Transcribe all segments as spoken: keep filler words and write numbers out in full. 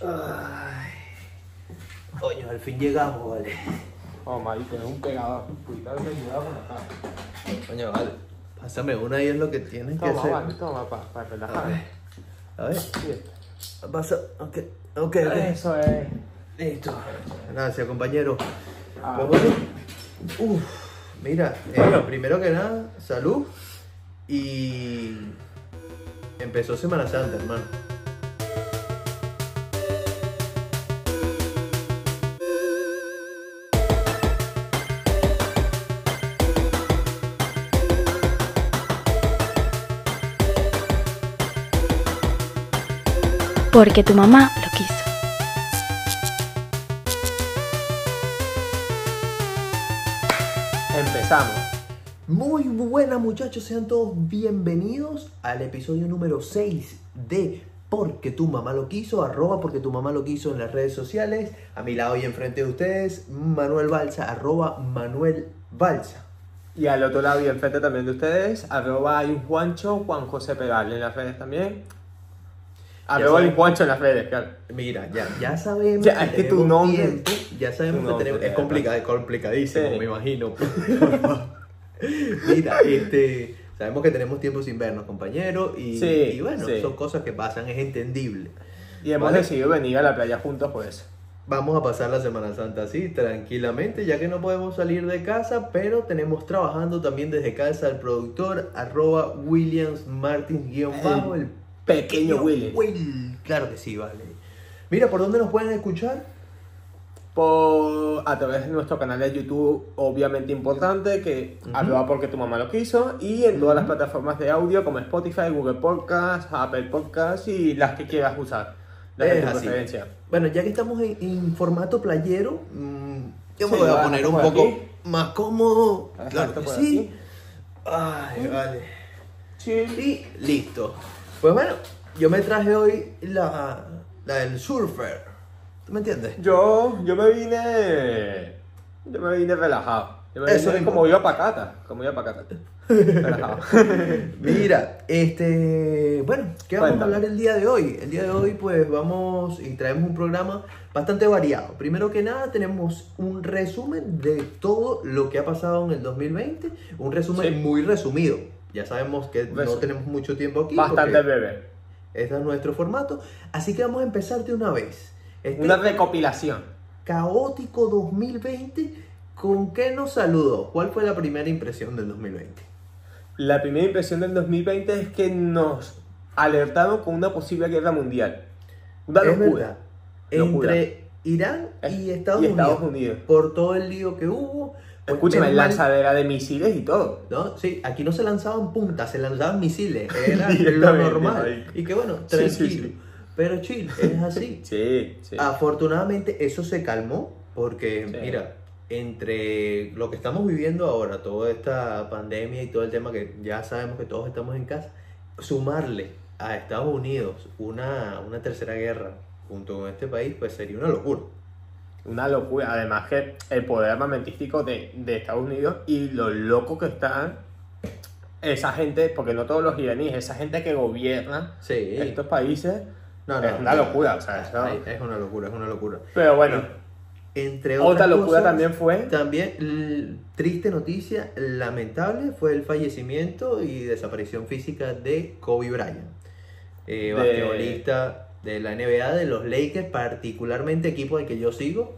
Ay. Coño, al fin llegamos, vale. Oh, marico, es un pegador. Pudiste haberme ayudado con la cara. Coño, vale. Pásame una y es lo que tienes que Toma, hacer. vale, toma, para pa, A relajar. ver. A ver. Bien. Pasa. Ok, ok, ok. Eso es. Listo. Gracias, compañero. Ah. Pues bueno. Uf. Mira, eh, primero que nada, salud. Y empezó Semana Santa, hermano. Porque tu mamá lo quiso. Empezamos. Muy buenas, muchachos, sean todos bienvenidos al episodio número seis de Porque tu mamá lo quiso, arroba porque tu mamá lo quiso en las redes sociales. A mi lado y enfrente de ustedes, Manuel Balsa, arroba Manuel Balsa. Y al otro lado y enfrente también de ustedes, arroba hay un Juancho, Juan José Pegal en las redes también. Arroba hay un Juancho en las redes, claro. Mira, ya, ya sabemos Ya, es que tu tenemos nombre- tiempo, ya sabemos tu que nombre, tenemos, es ya, complicado, es complicadísimo, Sí. me imagino. Mira, este, sabemos que tenemos tiempo sin vernos, compañeros, y, Sí, y bueno, sí. son cosas que pasan, es entendible. Y hemos Vale. decidido venir a la playa juntos por eso. Vamos a pasar la Semana Santa así, tranquilamente, ya que no podemos salir de casa, pero tenemos trabajando también desde casa el productor, arroba Williams Martins guión bajo, el Pequeño pequeño Willy. Will. Claro que sí, vale. Mira, ¿por dónde nos pueden escuchar? Por, a través de nuestro canal de YouTube, obviamente importante, que Ujú. arroba porque tu mamá lo quiso, y en todas las plataformas de audio como Spotify, Google Podcasts, Apple Podcasts y las que quieras usar. Las de Es tu así. preferencia. Bueno, ya que estamos en, en formato playero, mmm, yo me Sí, voy a lo poner un dejamos por poco aquí. más cómodo. Ajá, Claro esto que por sí. aquí. Ay, vale. Chill. Y listo. Pues bueno, yo me traje hoy la, la del surfer. ¿Tú me entiendes? Yo, yo me vine. Yo me vine relajado. Yo me Eso vine es como iba para Cata. Como iba para Cata. Relajado. Mira, este, bueno, ¿qué vamos Cuéntame. a hablar el día de hoy? El día de hoy pues vamos y traemos un programa bastante variado. Primero que nada tenemos un resumen de todo lo que ha pasado en el dos mil veinte, un resumen Sí. muy resumido. Ya sabemos que no Resumen. tenemos mucho tiempo aquí. Bastante porque breve. este es nuestro formato, así que vamos a empezar de una vez. Este Una recopilación. caótico dos mil veinte, ¿con qué nos saludó? ¿Cuál fue la primera impresión del dos mil veinte? La primera impresión del dos mil veinte es que nos alertaron con una posible guerra mundial. Una Es locura. verdad. Locura. Entre Irán y Eh, Estados, y Estados Unidos, Unidos. por todo el lío que hubo. pues, Escúchame, menos mal- lanzadera de misiles y todo. ¿no? Sí, aquí no se lanzaban puntas, se lanzaban misiles, era lo Directamente, normal. marico. Y que bueno, Sí, tranquilo. sí, sí. Pero chill, es así. Sí, sí. Afortunadamente eso se calmó porque, Sí. mira, entre lo que estamos viviendo ahora, toda esta pandemia y todo el tema que ya sabemos que todos estamos en casa, sumarle a Estados Unidos una, una tercera guerra junto con este país, pues sería una locura. Una locura. Además que el poder armamentístico de, de Estados Unidos y lo loco que están esa gente, porque no todos los iraníes, esa gente que gobierna Sí. estos países, No, no, es una locura. O sea, eso- Ay, es una locura, es una locura. Pero bueno, Entre otras otra locura cosas, también fue... También, l- triste noticia, lamentable, fue el fallecimiento y desaparición física de Kobe Bryant, eh, De- basquetbolista de la N B A, de los Lakers, particularmente equipo al que yo sigo.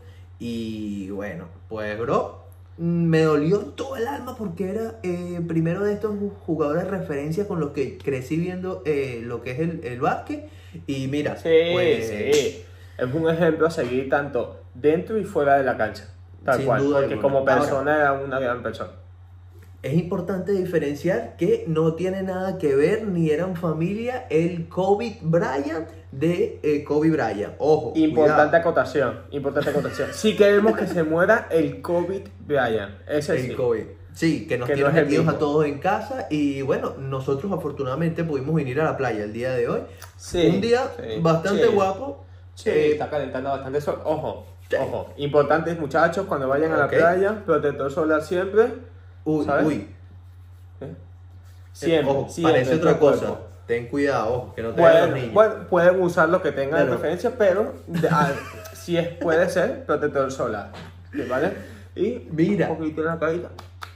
Y bueno, pues bro, me dolió en todo el alma porque era eh, primero de estos jugadores de referencia con los que crecí viendo eh, lo que es el, el básquet. Y mira, Sí, pues, sí. Es un ejemplo a seguir tanto dentro y fuera de la cancha. Tal Sin cual. duda Porque alguna. como persona Ahora- era una gran persona. es importante diferenciar que no tiene nada que ver ni eran familia el Kobe Bryant de eh, Kobe Bryant. Ojo, Importante cuidado. acotación. Importante acotación. Si queremos que se muera el COVID Bryant. Ese El sí. Kobe. Sí, que nos Que no tiene es el metidos mismo. a todos en casa y bueno, nosotros afortunadamente pudimos venir a la playa el día de hoy. Sí, Un día sí, bastante sí. guapo. Sí, Eh, está calentando bastante sol. Ojo, Sí. ojo. Importantes muchachos, cuando vayan a la Ok. playa, protector solar siempre. uy, ¿sabes? uy. ¿eh? Siempre, Ojo, siempre. parece en otra todo el cosa. cuerpo. ten cuidado, ojo, que no te den los Pueden, niños. bueno, pueden usar lo que tengan de Claro. preferencia, pero de- a- si es, puede ser protector solar, ¿vale? Y Mira. un poquito en la carita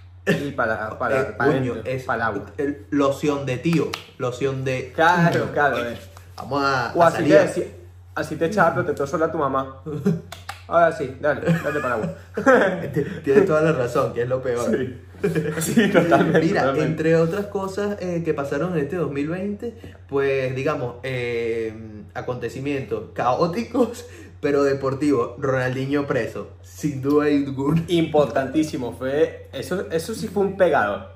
y para, para, Eh, para, coño, dentro, es para el agua. el- loción de tío, loción de... Claro, claro. eh. Vamos a, O a así salir. te, decía- así te echaba protector solar a tu mamá. Ahora sí, dale, dale para agua. Tienes toda la razón, que es lo peor. Sí, sí, totalmente. Mira, totalmente. entre otras cosas eh, que pasaron en este dos mil veinte, pues digamos, eh, acontecimientos caóticos, pero deportivos. Ronaldinho preso, sin duda alguna. Importantísimo, fue eso, eso sí fue un pegado.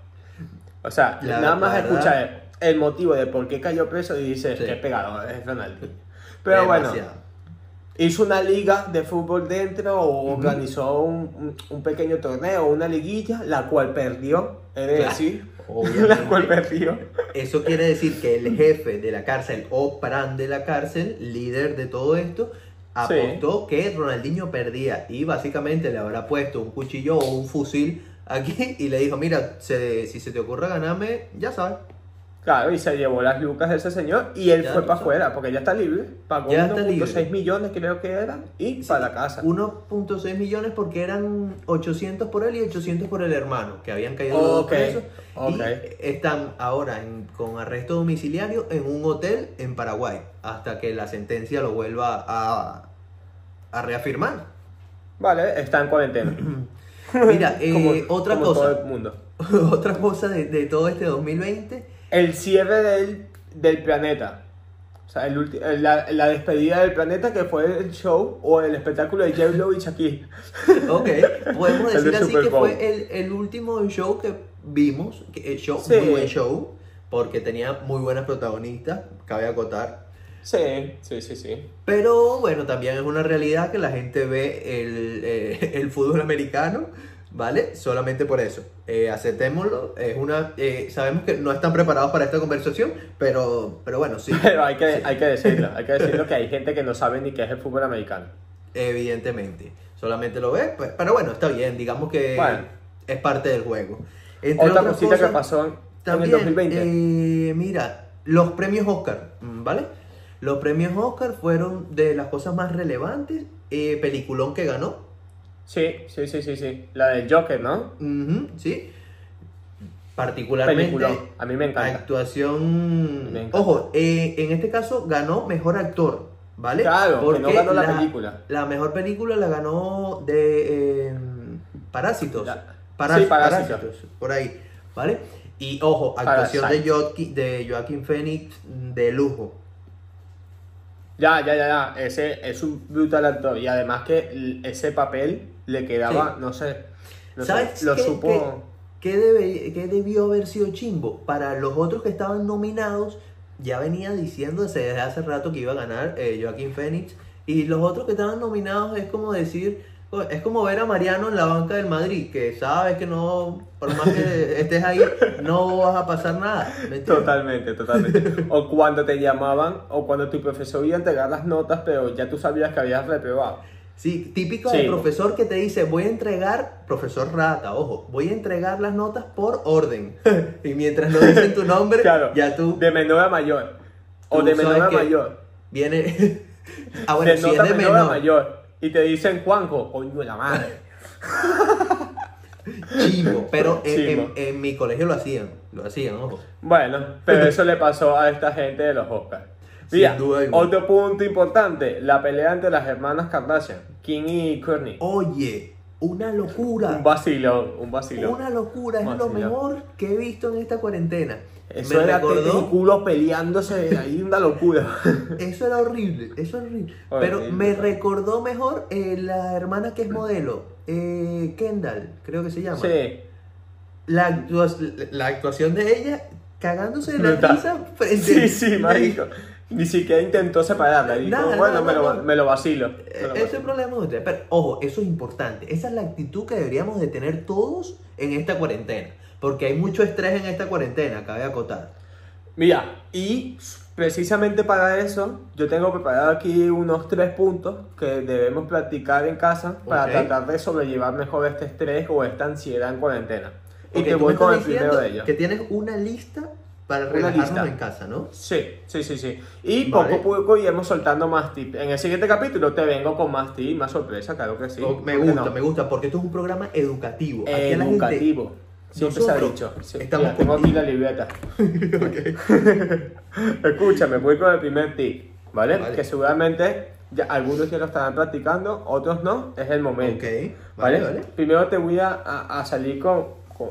O sea, La- nada más la verdad- escuchar el motivo de por qué cayó preso y dices Sí. que pegado es Ronaldinho. Pero bueno, Demasiado. hizo una liga de fútbol dentro o organizó un, un- un pequeño torneo, una liguilla, la cual perdió, he de Claro, decir, obviamente. la cual perdió. Eso quiere decir que el jefe de la cárcel, o Pran de la cárcel, líder de todo esto, Sí. apostó que Ronaldinho perdía y básicamente le habrá puesto un cuchillo o un fusil aquí y le dijo, mira, se- si se te ocurre ganarme, ya sabes. Claro, y se llevó las lucas de ese señor y él Ya fue lo para sabes. afuera, porque ya está libre, pagó Ya está uno punto seis libre. millones creo que eran y para la casa. uno punto seis millones porque eran ochocientos por él y ochocientos por el hermano, que habían caído los dos Ok, presos. ok. Y están ahora en- con arresto domiciliario en un hotel en Paraguay, hasta que la sentencia lo vuelva a, a reafirmar. Vale, está en cuarentena. Mira, eh, Como- otra como todo cosa, el mundo. otra cosa de, de todo este dos mil veinte, El cierre del, del planeta. O sea, el ulti- la, la despedida del planeta que fue el show o el espectáculo de J-Lo y Shakira. ok, podemos El de decir así Super que Bowl. fue el, el último show que vimos, que el show, Sí. muy buen show, porque tenía muy buenas protagonistas, cabe acotar. Sí, sí, sí, sí. Pero bueno, también es una realidad que la gente ve el, eh, el fútbol americano, ¿vale? Solamente por eso. Eh, aceptémoslo. Es una, eh, sabemos que no están preparados para esta conversación, pero, pero bueno, sí. Pero hay que, Sí. hay que decirlo, hay que decirlo que hay gente que no sabe ni qué es el fútbol americano. Evidentemente. Solamente lo ve, pues, pero bueno, está bien. Digamos que Bueno. es parte del juego. Entre Otra otras cosita cosas, que pasó en, en el también, dos mil veinte. eh, mira, los premios Oscar, ¿vale? Los premios Oscar fueron de las cosas más relevantes. Eh, peliculón que ganó. Sí, sí, sí, sí, sí. La del Joker, ¿no? Ujú, sí. Particularmente. Peliculón. A mí me encanta. Actuación. Me encanta. Ojo, eh, en este caso ganó mejor actor, ¿vale? Claro, que no ganó la película. La mejor película la ganó de eh, Parásitos. La- Pará- sí, Parásitos. por ahí, ¿vale? Y ojo, actuación de, Parasite. Joaquin, de Joaquin Phoenix de lujo. Ya, ya, ya, ya. Ese es un brutal actor. Y además que l- ese papel le quedaba, Sí. no sé. No ¿Sabes sé, lo qué, supo. qué- qué debe- qué debió haber sido chimbo? Para los otros que estaban nominados, ya venía diciéndose desde hace rato que iba a ganar eh, Joaquin Phoenix. Y los otros que estaban nominados es como decir, es como ver a Mariano en la banca del Madrid, que sabes que no, por más que estés ahí, no vas a pasar nada. ¿me entiendes? Totalmente, totalmente. O cuando te llamaban, o cuando tu profesor iba a entregar las notas, pero ya tú sabías que habías reprobado. Sí, típico Sí. del profesor que te dice, voy a entregar, profesor rata, ojo, voy a entregar las notas por orden. Y mientras no dicen tu nombre, Claro, ya tú de menor a mayor. O Tú de menor sabes a que- mayor. viene... ah, bueno, de si nota es de menor a menor, mayor. Y te dicen Juanjo, coño de la madre. chimbo, pero en, Chimbo. en- en mi colegio lo hacían, lo hacían, ojo. Bueno, pero eso le pasó a esta gente de los Oscars. Sin Mira, duda alguna. otro punto importante, la pelea entre las hermanas Kardashian, Kim y Kourtney. Oye, una locura. Un vacilón, un vacilón. Una locura, es lo Vacilón. mejor que he visto en esta cuarentena. Eso Me era teta y recordó, culo peleándose ahí, una locura. eso era horrible, eso era horrible. Horrible. Pero me recordó mejor eh, la hermana que es modelo, eh, Kendall, creo que se llama. Sí. La, actua- la actuación de ella cagándose de la Brutal. risa frente Sí, sí, marico. Ni siquiera intentó separarla. Dijo, Nada, bueno, nada, me, lo, nada. me lo vacilo. Me lo Ese es vacilo. el problema de ustedes. Pero, ojo, eso es importante. Esa es la actitud que deberíamos de tener todos en esta cuarentena. Porque hay mucho estrés en esta cuarentena, cabe acotar. Mira, y precisamente para eso, yo tengo preparado aquí unos tres puntos que debemos practicar en casa para Ok. tratar de sobrellevar mejor este estrés o esta ansiedad en cuarentena. Y Ok, te tú voy me con el estás primero diciendo de ellos. que tienes una lista para una relajarnos lista. en casa, ¿no? Sí, sí, sí, sí. Y Vale. poco a poco iremos soltando más tips. En el siguiente capítulo te vengo con más tips, más sorpresa, claro que sí. O- me ¿Por qué gusta, no? me gusta, porque esto es un programa educativo. Aquí a la gente- Educativo. Siempre se ha nosotros dicho. Sí, estamos mira, tengo aquí contigo. la libreta. Escúchame, voy con el primer tip, ¿vale? Vale. Que seguramente ya, algunos ya lo estarán practicando, otros no. Es el momento. Ok, ¿Vale? vale, vale. Primero te voy a, a- a salir con, con,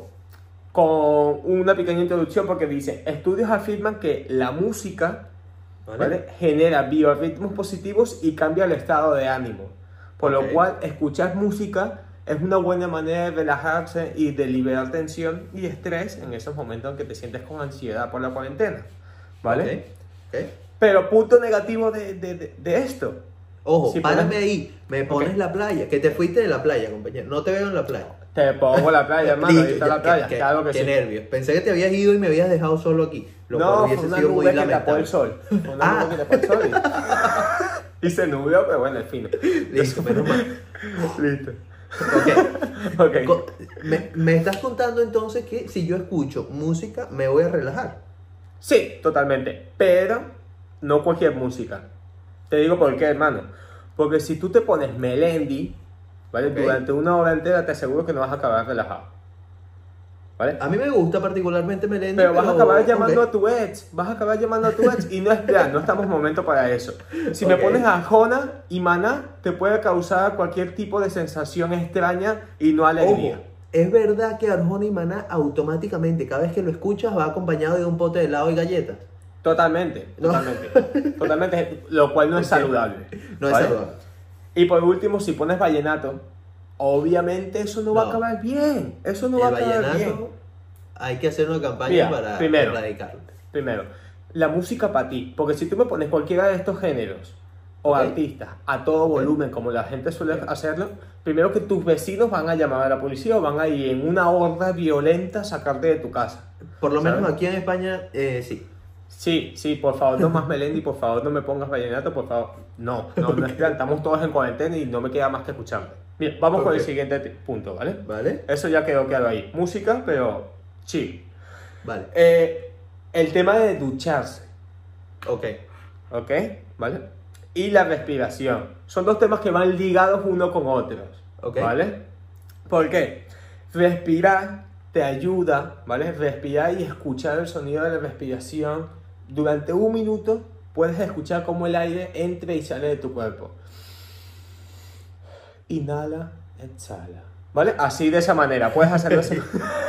con una pequeña introducción porque dice, estudios afirman que la música Vale. ¿vale? genera biorritmos positivos y cambia el estado de ánimo. Por Ok. lo cual, escuchar música es una buena manera de relajarse y de liberar tensión y estrés en esos momentos en que te sientes con ansiedad por la cuarentena. ¿Vale? Ok, ok. Pero punto negativo de, de, de, de esto. Ojo, Si párame pones- ahí, me pones Ok. la playa, que te fuiste de la playa, compañero. No te veo en la playa. Te pongo la playa, hermano. Listo, Ahí está ya, la playa. Qué, claro que qué sí. nervios. Pensé que te habías ido y me habías dejado solo aquí. Lo cual No, hubiese fue una sido muy nube que tapó lamentable. el sol. Fue una Ah. nube que tapó el sol. Y, y se nubló, pero bueno, en fin. Listo, menos mal. Listo. Ok. Ok. Co- Me, me estás contando entonces que si yo escucho música me voy a relajar. Sí, totalmente. Pero no cualquier música. Te digo por qué, hermano. Porque si tú te pones Melendi, ¿vale? Ok. Durante una hora entera te aseguro que no vas a acabar relajado. ¿Vale? A mí me gusta particularmente Melendi. Pero vas a acabar llamando ok. a tu ex, vas a acabar llamando a tu ex y no es plan, no estamos en momento para eso. Si me Ok. pones a Arjona y Maná, te puede causar cualquier tipo de sensación extraña y no alegría. Ojo, es verdad que Arjona y Maná automáticamente, cada vez que lo escuchas, va acompañado de un pote de helado y galletas. Totalmente, No. totalmente. Totalmente, lo cual no es Ok. saludable. No es ¿vale? saludable. Y por último, si pones vallenato, obviamente eso no, va a No. acabar bien. Eso no El va a acabar vallenato, bien. hay que hacer una campaña Mira, para primero. erradicarlo. Primero, la música para ti. Porque si tú me pones cualquiera de estos géneros o Ok. artistas a todo Ok. volumen, como la gente suele hacerlo, primero que tus vecinos van a llamar a la policía o van a ir en una horda violenta a sacarte de tu casa. Por lo menos ¿Sabes? aquí en España, eh, sí. Sí, sí, por favor, no más Melendi, por favor, no me pongas vallenato, por favor. No, no, no es plan, estamos todos en cuarentena y no me queda más que escucharte. Bien, vamos con el Ok. siguiente t- punto, ¿vale? ¿Vale? Eso ya quedó claro ahí. Música, pero chill. Vale. Eh, el tema de ducharse, Ok. ¿ok? ¿Vale? Y la respiración. Son dos temas que van ligados uno con otros, Ok. ¿vale? ¿Por qué? Respirar te ayuda, ¿vale? Respirar y escuchar el sonido de la respiración. Durante un minuto puedes escuchar cómo el aire entra y sale de tu cuerpo. Inhala, exhala. ¿Vale? Así de esa manera. Puedes hacerlo así.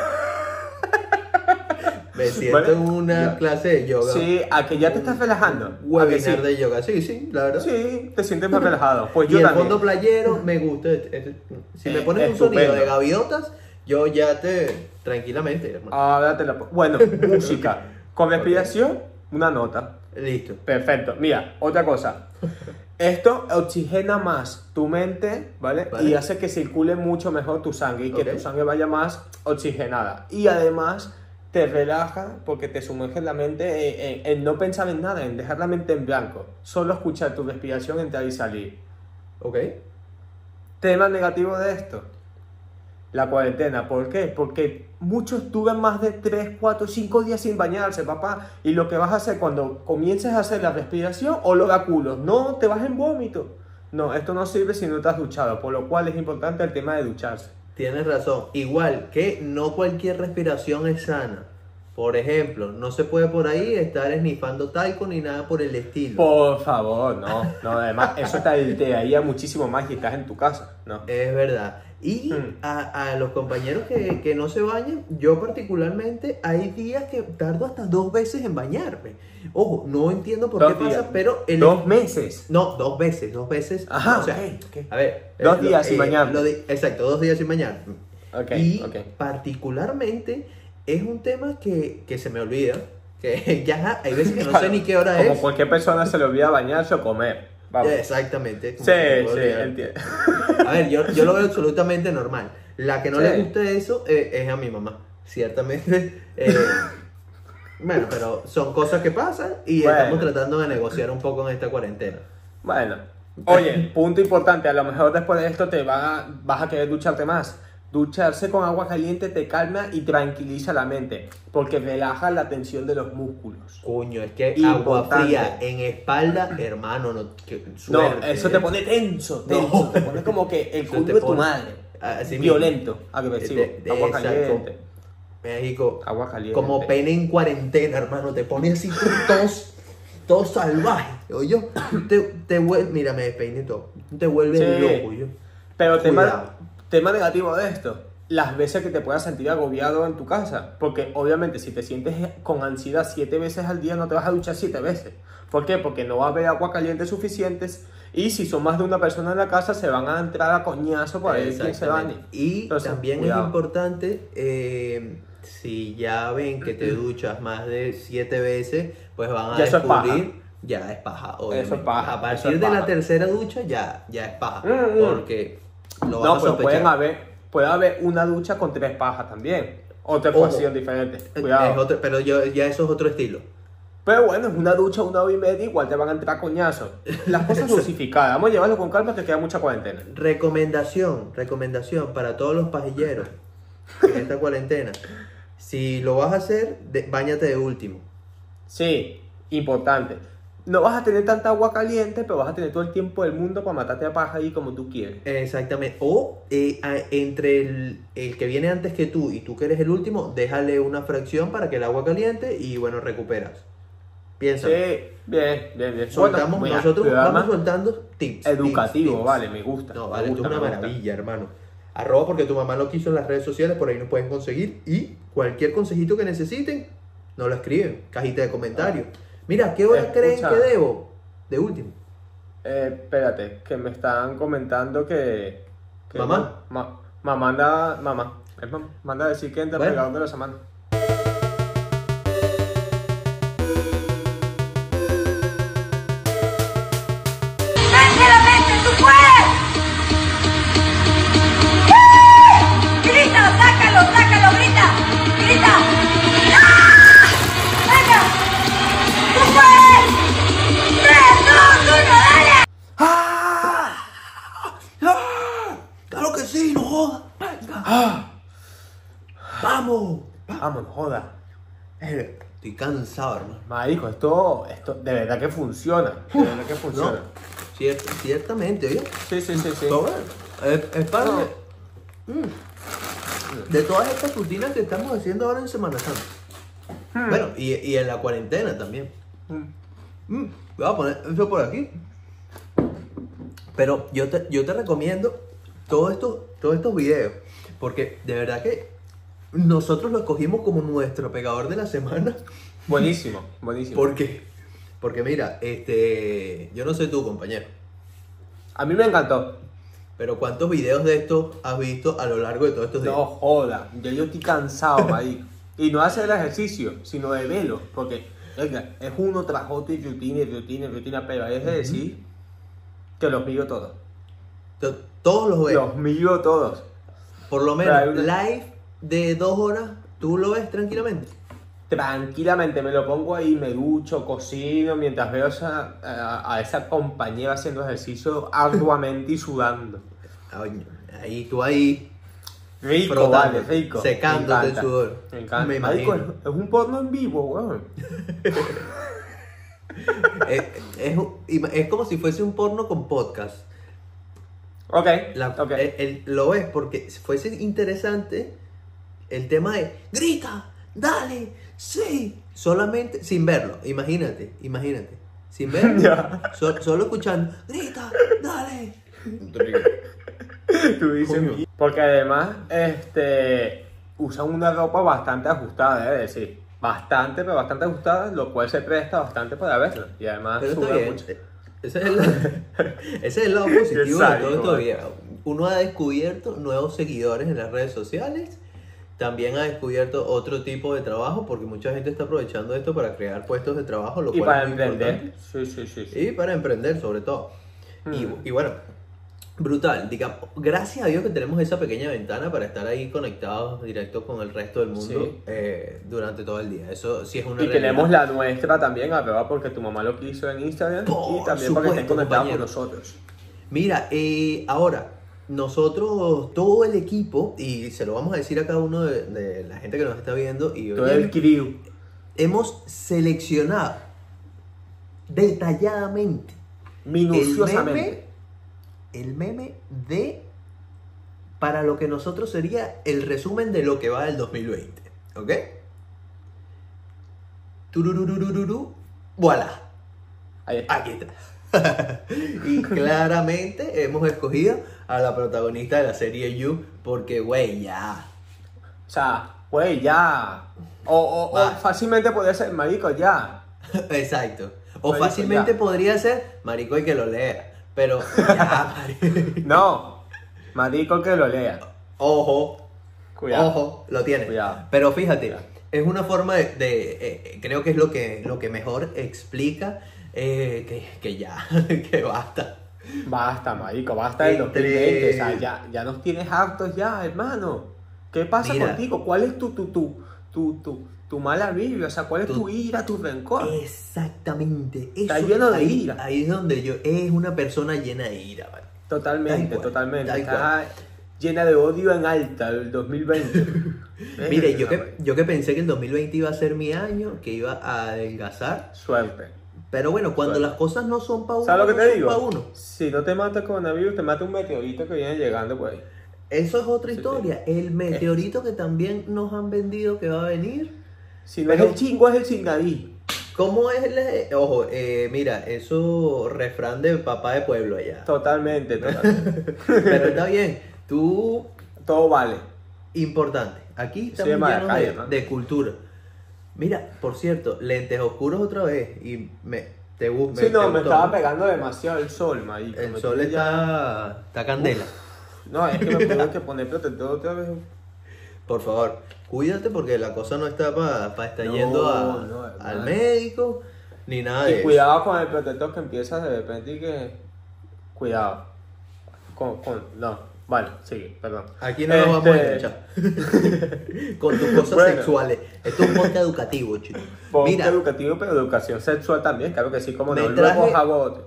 Me siento ¿Vale? en una Ya. clase de yoga. Sí, a que ya te estás relajando. Un ¿A que webinar sí? de yoga. Sí, sí, la verdad. Sí, te sientes más relajado. Pues Y yo el también. fondo playero me gusta. este- este- Si me Eh, pones un estupendo. sonido de gaviotas, yo ya te. Tranquilamente, hermano. Ahora te la po- Bueno, música. Con respiración, una nota. Listo. Perfecto. Mira, otra cosa. Esto oxigena más tu mente, ¿vale? Vale. Y hace que circule mucho mejor tu sangre y que Ok. tu sangre vaya más oxigenada. Y además te relaja porque te sumerge la mente en, en- en no pensar en nada, en dejar la mente en blanco. Solo escuchar tu respiración entrar y salir. Ok. Tema negativo de esto. La cuarentena. ¿Por qué? Porque muchos duran más de tres, cuatro, cinco días sin bañarse, papá. Y lo que vas a hacer cuando comiences a hacer la respiración, olor a culo. No, te vas en vómito. No, esto no sirve si no te has duchado. Por lo cual es importante el tema de ducharse. Tienes razón. Igual que no cualquier respiración es sana. Por ejemplo, no se puede por ahí estar esnifando talco ni nada por el estilo. Por favor, no. No, además, eso te, te haría muchísimo más y estás en tu casa. No. Es verdad. Y Hmm. a, a los compañeros que, que no se bañan, yo particularmente, hay días que tardo hasta dos veces en bañarme. Ojo, no entiendo por Dos qué pasa, días. pero... El... Dos meses. No, dos veces, dos veces. Ajá, o sea, ok, ok. a ver. Dos eh, lo- días sin eh, bañarte. lo di- Exacto, dos días sin bañar. Ok, y ok. particularmente es un tema que, que se me olvida, que ya hay veces que no sé ni qué hora Como es. cualquier persona se le olvida bañarse o comer. Vamos. Exactamente. como Sí, se me puede sí, olvidar. entiendo. A ver, yo, yo lo veo absolutamente normal. La que no Sí. le gusta eso eh, es a mi mamá, ciertamente. eh, bueno, pero son cosas que pasan y Bueno. estamos tratando de negociar un poco en esta cuarentena. Bueno, oye, punto importante, a lo mejor después de esto te va, vas a querer ducharte más, Ducharse con agua caliente te calma y tranquiliza la mente, porque relaja la tensión de los músculos. Coño, es que Importante. agua fría en espalda, hermano, no, que No, suerte, eso ¿eh? te pone tenso, tenso, No. te pone como que el Eso culo te de tu pone- madre. Así mismo. Violento, agresivo, De- de- agua exacto. caliente. México, Agua caliente. como pene en cuarentena, hermano, te pone así todo, todo salvaje, oye, te, te vuelve, mira, me despeiné todo, te vuelves Sí. loco, yo. Pero tema, Cuidado. tema negativo de esto, las veces que te puedas sentir agobiado en tu casa. Porque obviamente si te sientes con ansiedad siete veces al día no te vas a duchar siete veces. ¿Por qué? Porque no va a haber agua caliente suficientes y si son más de una persona en la casa se van a entrar a coñazo para ver quién se bañe. Exactamente. Y Entonces, también cuidado. es importante, eh, si ya ven que te duchas más de siete veces, pues van a Ya eso es descubrir, ya es paja, obviamente. es paja, A eso partir es de la paja. tercera ducha ya, ya es paja, Mm, mm. porque lo vas No, a pero sospechar. pueden haber, puede haber una ducha con tres pajas también. Otra Ojo. posición diferente. Es Cuidado. otro- pero yo, ya eso es otro estilo. Pero bueno, es una ducha, una hora y media, igual te van a entrar coñazos. Las cosas dosificadas. Vamos a llevarlo con calma que queda mucha cuarentena. Recomendación, recomendación para todos los pajilleros en esta cuarentena. Si lo vas a hacer, de, báñate de último. Sí, importante. No vas a tener tanta agua caliente, pero vas a tener todo el tiempo del mundo para matarte a paja ahí como tú quieres. Exactamente. O eh, a- entre el, el que viene antes que tú y tú que eres el último, déjale una fracción para que el agua caliente y bueno, recuperas. Piensa. Sí, bien, bien, bien. Soltamos, Bueno, mira, nosotros programa vamos soltando tips. educativo, tips, tips. vale, me gusta. No, me vale, gusta, esto es me una gusta. maravilla, hermano. Arroba porque tu mamá lo quiso en las redes sociales, por ahí nos pueden conseguir. Y cualquier consejito que necesiten, nos lo escriben. Cajita de comentarios. Mira, ¿qué hora Escucha. creen que debo? De último. Eh, espérate, que me están comentando que... que ¿Mamá? Ma, ma- manda... Mamá. Es mam- manda a decir que entra Bueno. pegador de la semana. ¡Tranquilamente, tú puedes! ¡Sí! ¡Grita! ¡Sácalo! ¡Sácalo! ¡Grita! ¡Grita! ¡Ah! ¡Venga! ¡Tú puedes! ¡tres, dos, uno, dale! ¡Ah! ¡Ah! ¡Claro que sí! ¡No jodas! ¡Venga! ¡Ah! ¡Vamos! Vamos, no joda. Eh, Estoy cansado, hermano. Marico, esto, esto de verdad que funciona. De verdad que funciona. No, cier- ciertamente, oye. Sí, sí, sí, sí. Todo es, es parte No. mm, de todas estas rutinas que estamos haciendo ahora en Semana Santa. Hmm. Bueno, y, y en la cuarentena también. Mm. Mm, voy a poner eso por aquí. Pero yo te, yo te recomiendo todos estos, todos estos videos. Porque de verdad que nosotros lo escogimos como nuestro pegador de la semana. Buenísimo, buenísimo. ¿Por qué? Porque mira, este, yo no sé tú, compañero, A mí me encantó. pero ¿cuántos videos de estos has visto a lo largo de todos estos días? No joda, yo, yo estoy cansado, marico. Y no hacer el ejercicio, sino de verlo. Porque, venga, es uno tras otro y rutina y rutina y rutina. Pero es de decir que los miro todos. To- Todos los ves. Los miro todos. Por lo menos, Pero hay una- live de dos horas, tú lo ves tranquilamente. Tranquilamente me lo pongo ahí, me ducho, cocino, mientras veo esa- a, a esa compañera haciendo ejercicio arduamente y sudando. Ay, ahí, tú ahí, Rico, Frotando, vale, rico. secándote Me encanta. el sudor. Me encanta. Me Marico, es, imagino. es un porno en vivo, weón. es, es, es como si fuese un porno con podcast. Ok, La- ok. el- el- lo ves porque fuese interesante el tema de grita, dale, sí, solamente sin verlo, imagínate, imagínate, sin verlo, Ya. so- solo escuchando, grita, dale. Tú dices, Coño. porque además, este, usan una ropa bastante ajustada, es decir, bastante, pero bastante ajustada, lo cual se presta bastante para verlo. Y además Pero está sudan bien. mucho. Ese es, el, ese es el lado positivo de sádico, todo esto. vale. Vida. Uno ha descubierto nuevos seguidores en las redes sociales. También ha descubierto otro tipo de trabajo porque mucha gente está aprovechando esto para crear puestos de trabajo, lo Y cual para es muy emprender. importante. Sí, sí, sí. sí. Y para emprender sobre todo. Y, Mm. y bueno, brutal. Digamos, gracias a Dios que tenemos esa pequeña ventana para estar ahí conectados directo con el resto del mundo Sí. eh, durante todo el día. Eso sí es una Y realidad. tenemos la nuestra también, arroba porque tu mamá lo quiso en Instagram. Por y también para que estén supuesto, conectados con compañero. nosotros. Mira, eh, ahora, nosotros, todo el equipo, y se lo vamos a decir a cada uno de, de la gente que nos está viendo, y Todo oye, el crew. hemos seleccionado detalladamente el Minuciosamente. meme, el meme de, para lo que nosotros sería el resumen de lo que va del dos mil veinte, ¿ok? Turururururu, voilà. Ahí está. Aquí está. Y claramente hemos escogido a la protagonista de la serie You porque, güey, ya. O sea, güey, ya. O, o, o Va. fácilmente podría ser, marico, ya. Exacto. O Marico, fácilmente ya. podría ser marico y que lo lea. Pero ya, marico. No, marico, que lo lea. Ojo, Cuidado. ojo, lo tiene. Cuidado. Pero fíjate, Cuidado. es una forma de, de, eh, creo que es lo que, lo que mejor explica eh, que, que ya, que basta. Basta, marico, basta del Entre- dos mil veinte. O sea, ya, ya nos tienes hartos ya, hermano. ¿Qué pasa Mira. contigo? ¿Cuál es tu, tu, tu, tu, tu, tu mala vibra? O sea, ¿cuál es Tu- tu ira, tu rencor? Exactamente. Está Eso- lleno de ahí, ira. Ahí es donde yo, es una persona llena de ira, ¿vale? Totalmente, Tal cual, totalmente. tal Está llena de odio en alta el dos mil veinte. Mire, yo Verga, que, yo que pensé que el dos mil veinte iba a ser mi año, que iba a adelgazar. Suerte. Pero bueno, cuando Bueno. las cosas no son para uno, ¿Sabes lo que no te son digo? pa' uno. Si no te mata el coronavirus, te mata un meteorito que viene llegando por ahí. Eso es otra Sí, historia. El meteorito que también nos han vendido que va a venir. Si no Pero- es el chingo, es el chingadí. ¿Cómo es el...? Ojo, eh, mira, eso refrán de papá de pueblo allá. Totalmente, totalmente. Pero está bien. Tú, Todo vale. importante. Aquí Soy de estamos llenos Maracay, de, ¿no? de cultura. Mira, por cierto, lentes oscuros otra vez. Y me... Te, gu- Sí, no, te me gustó, estaba ¿no? pegando demasiado el sol, marico. El Me sol tiene ya- está, está candela. No, es que me tengo que poner protector otra vez. Por favor, cuídate porque la cosa no está para estar No, yendo a- no, al hermano. médico ni nada de Y eso. cuidado con el protector que empiezas de repente y que... Cuidado. Con, con... No, vale, sigue, perdón. Aquí no nos vamos a Este, enganchar con tus cosas Bueno. sexuales. Esto es un podcast educativo, chicos. Ponte Mira, educativo, pero educación sexual también, claro que sí, como Me no. traje- Luego jabón.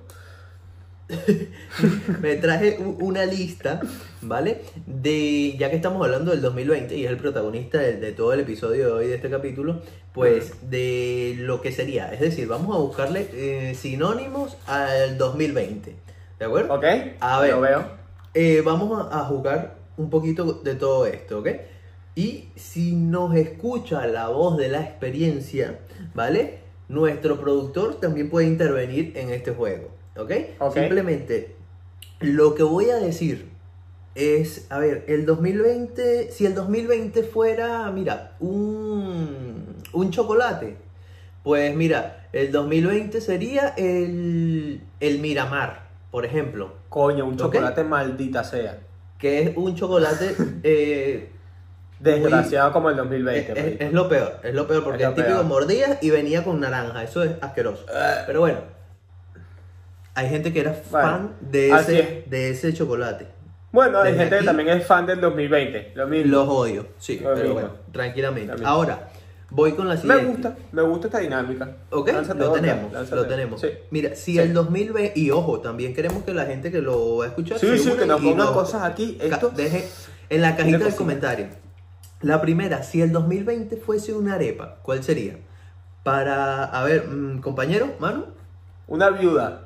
me traje u- una lista, ¿vale? De, ya que estamos hablando del dos mil veinte y es el protagonista de, de todo el episodio de hoy de este capítulo, pues de lo que sería. Es decir, vamos a buscarle eh, sinónimos al dos mil veinte. ¿De acuerdo? ¿Ok? A ver. Lo veo. Eh, vamos a, a jugar un poquito de todo esto, ¿ok? Y si nos escucha la voz de la experiencia, ¿vale? Nuestro productor también puede intervenir en este juego, ¿ok? Ok. Simplemente lo que voy a decir es, a ver, el dos mil veinte, si el dos mil veinte fuera, mira, un, un chocolate, pues mira, el dos mil veinte sería el, el Miramar, por ejemplo. Coño, un ¿Ok? chocolate maldita sea. Que es un chocolate eh, Desgraciado como el dos mil es, veinte. es- marico. es lo peor, es lo peor porque Es el lo típico peor. mordías y venía con naranja, eso es asqueroso. Pero bueno, hay gente que era fan de así ese, es. de ese chocolate. Bueno, hay Desde gente aquí- que también es fan del dos mil veinte. Lo mismo. Los odio, sí, Lo pero mismo. bueno, tranquilamente. Lo mismo. Ahora, voy con la Me siguiente. gusta, me gusta esta dinámica. Ok, Lánzate lo otra, tenemos, lánzate. lo tenemos. Sí. Mira, si Sí. el dos mil veinte, y ojo, también queremos que la gente que lo va a escuchar Sí, se sí, una que nos y pongan nos- cosas aquí. Ca- Esto. Deje en la cajita Tiene del cositas. comentario. La primera, si el dos mil veinte fuese una arepa, ¿cuál sería? Para, a ver, mm, compañero, Manu. Una viuda.